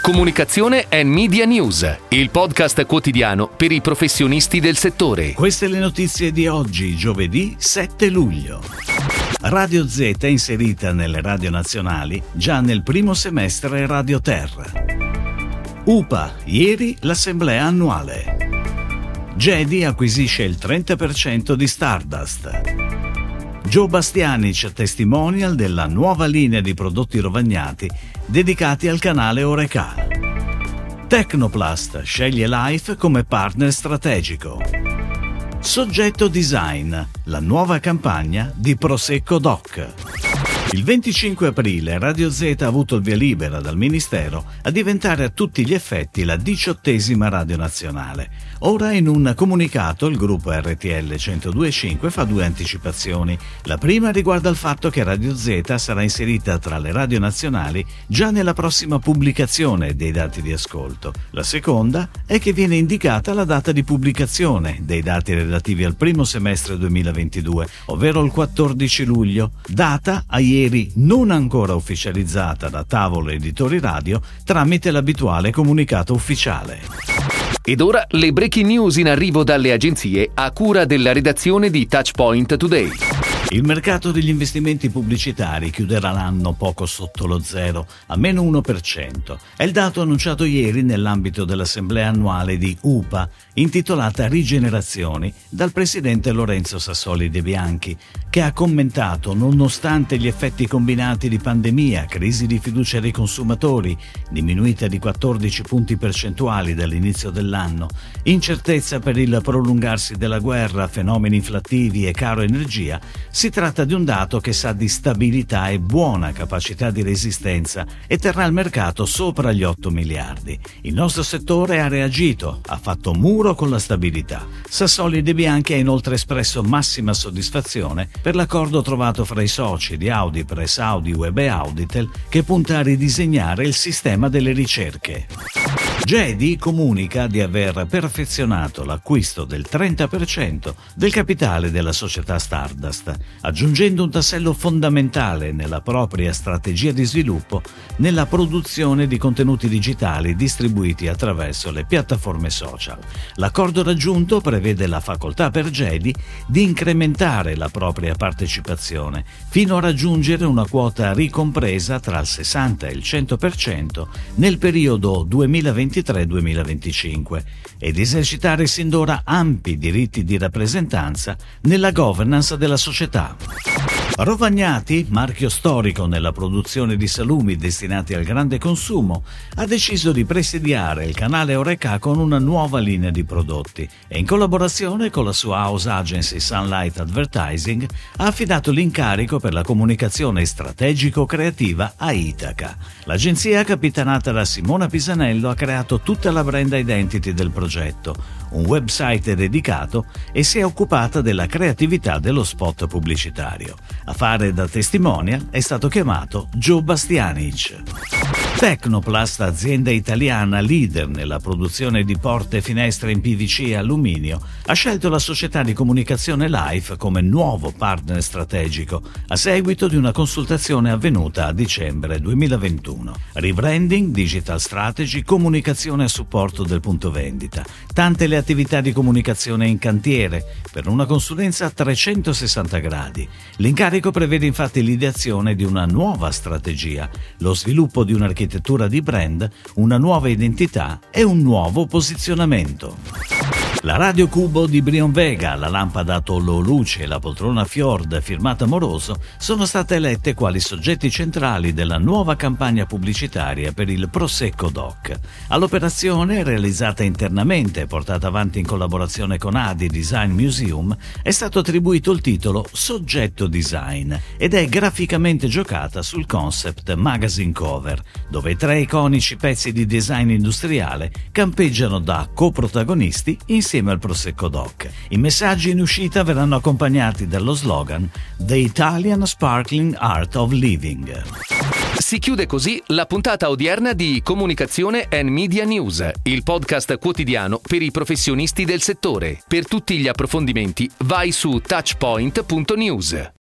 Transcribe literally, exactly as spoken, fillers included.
Comunicazione and Media News, il podcast quotidiano per i professionisti del settore. Queste le notizie di oggi, giovedì sette luglio. Radio Z è inserita nelle radio nazionali già nel primo semestre Radio Terra. U P A, ieri l'assemblea annuale. Gedi acquisisce il trenta per cento di Stardust. Joe Bastianic testimonial della nuova linea di prodotti rovagnati dedicati al canale Horeca. Tecnoplast sceglie Life come partner strategico. Soggetto Design, la nuova campagna di Prosecco Doc. Il venticinque aprile Radio Z ha avuto il via libera dal Ministero a diventare a tutti gli effetti la diciottesima radio nazionale. Ora in un comunicato il gruppo R T L centodue e cinque fa due anticipazioni. La prima riguarda il fatto che Radio Z sarà inserita tra le radio nazionali già nella prossima pubblicazione dei dati di ascolto. La seconda è che viene indicata la data di pubblicazione dei dati relativi al primo semestre duemilaventidue, ovvero il quattordici luglio, data a ieri non ancora ufficializzata da Tavolo Editori Radio tramite l'abituale comunicato ufficiale. Ed ora le breaking news in arrivo dalle agenzie a cura della redazione di Touchpoint Today. Il mercato degli investimenti pubblicitari chiuderà l'anno poco sotto lo zero, a meno uno per cento. È il dato annunciato ieri nell'ambito dell'assemblea annuale di U P A, intitolata Rigenerazioni, dal presidente Lorenzo Sassoli De Bianchi, che ha commentato, nonostante gli effetti combinati di pandemia, crisi di fiducia dei consumatori, diminuita di quattordici punti percentuali dall'inizio dell'anno, incertezza per il prolungarsi della guerra, fenomeni inflattivi e caro energia, si tratta di un dato che sa di stabilità e buona capacità di resistenza e terrà il mercato sopra gli otto miliardi. Il nostro settore ha reagito, ha fatto muro con la stabilità. Sassoli De Bianchi ha inoltre espresso massima soddisfazione per l'accordo trovato fra i soci di Audi, Press Audi, Web e Auditel, che punta a ridisegnare il sistema delle ricerche. Gedi comunica di aver perfezionato l'acquisto del trenta per cento del capitale della società Stardust, aggiungendo un tassello fondamentale nella propria strategia di sviluppo nella produzione di contenuti digitali distribuiti attraverso le piattaforme social. L'accordo raggiunto prevede la facoltà per Gedi di incrementare la propria partecipazione fino a raggiungere una quota ricompresa tra il sessanta e il cento per cento nel periodo duemilaventitré duemilaventicinque ed esercitare sin d'ora ampi diritti di rappresentanza nella governance della società. Rovagnati, marchio storico nella produzione di salumi destinati al grande consumo, ha deciso di presidiare il canale Horeca con una nuova linea di prodotti e in collaborazione con la sua house agency Sunlight Advertising ha affidato l'incarico per la comunicazione strategico-creativa a Itaca. L'agenzia, capitanata da Simona Pisanello, ha creato tutta la brand identity del progetto, un website dedicato e si è occupata della creatività dello spot pubblicitario. A fare da testimonial è stato chiamato Joe Bastianic. Tecnoplast, azienda italiana leader nella produzione di porte e finestre in P V C e alluminio, ha scelto la società di comunicazione Life come nuovo partner strategico a seguito di una consultazione avvenuta a dicembre duemilaventuno. Rebranding, digital strategy, comunicazione a supporto del punto vendita. Tante le attività di comunicazione in cantiere per una consulenza a trecentosessanta gradi. L'incarico prevede infatti l'ideazione di una nuova strategia, lo sviluppo di un'architettura di brand, una nuova identità e un nuovo posizionamento. La Radio Cubo di Brion Vega, la lampada Tollo Luce e la poltrona Fjord firmata Moroso sono state elette quali soggetti centrali della nuova campagna pubblicitaria per il Prosecco Doc. All'operazione, realizzata internamente e portata avanti in collaborazione con A D I Design Museum, è stato attribuito il titolo Soggetto Design ed è graficamente giocata sul concept magazine cover, dove tre iconici pezzi di design industriale campeggiano da coprotagonisti insieme al Prosecco Doc. I messaggi in uscita verranno accompagnati dallo slogan The Italian Sparkling Art of Living. Si chiude così la puntata odierna di Comunicazione and Media News, il podcast quotidiano per i professionisti del settore. Per tutti gli approfondimenti vai su touchpoint punto news.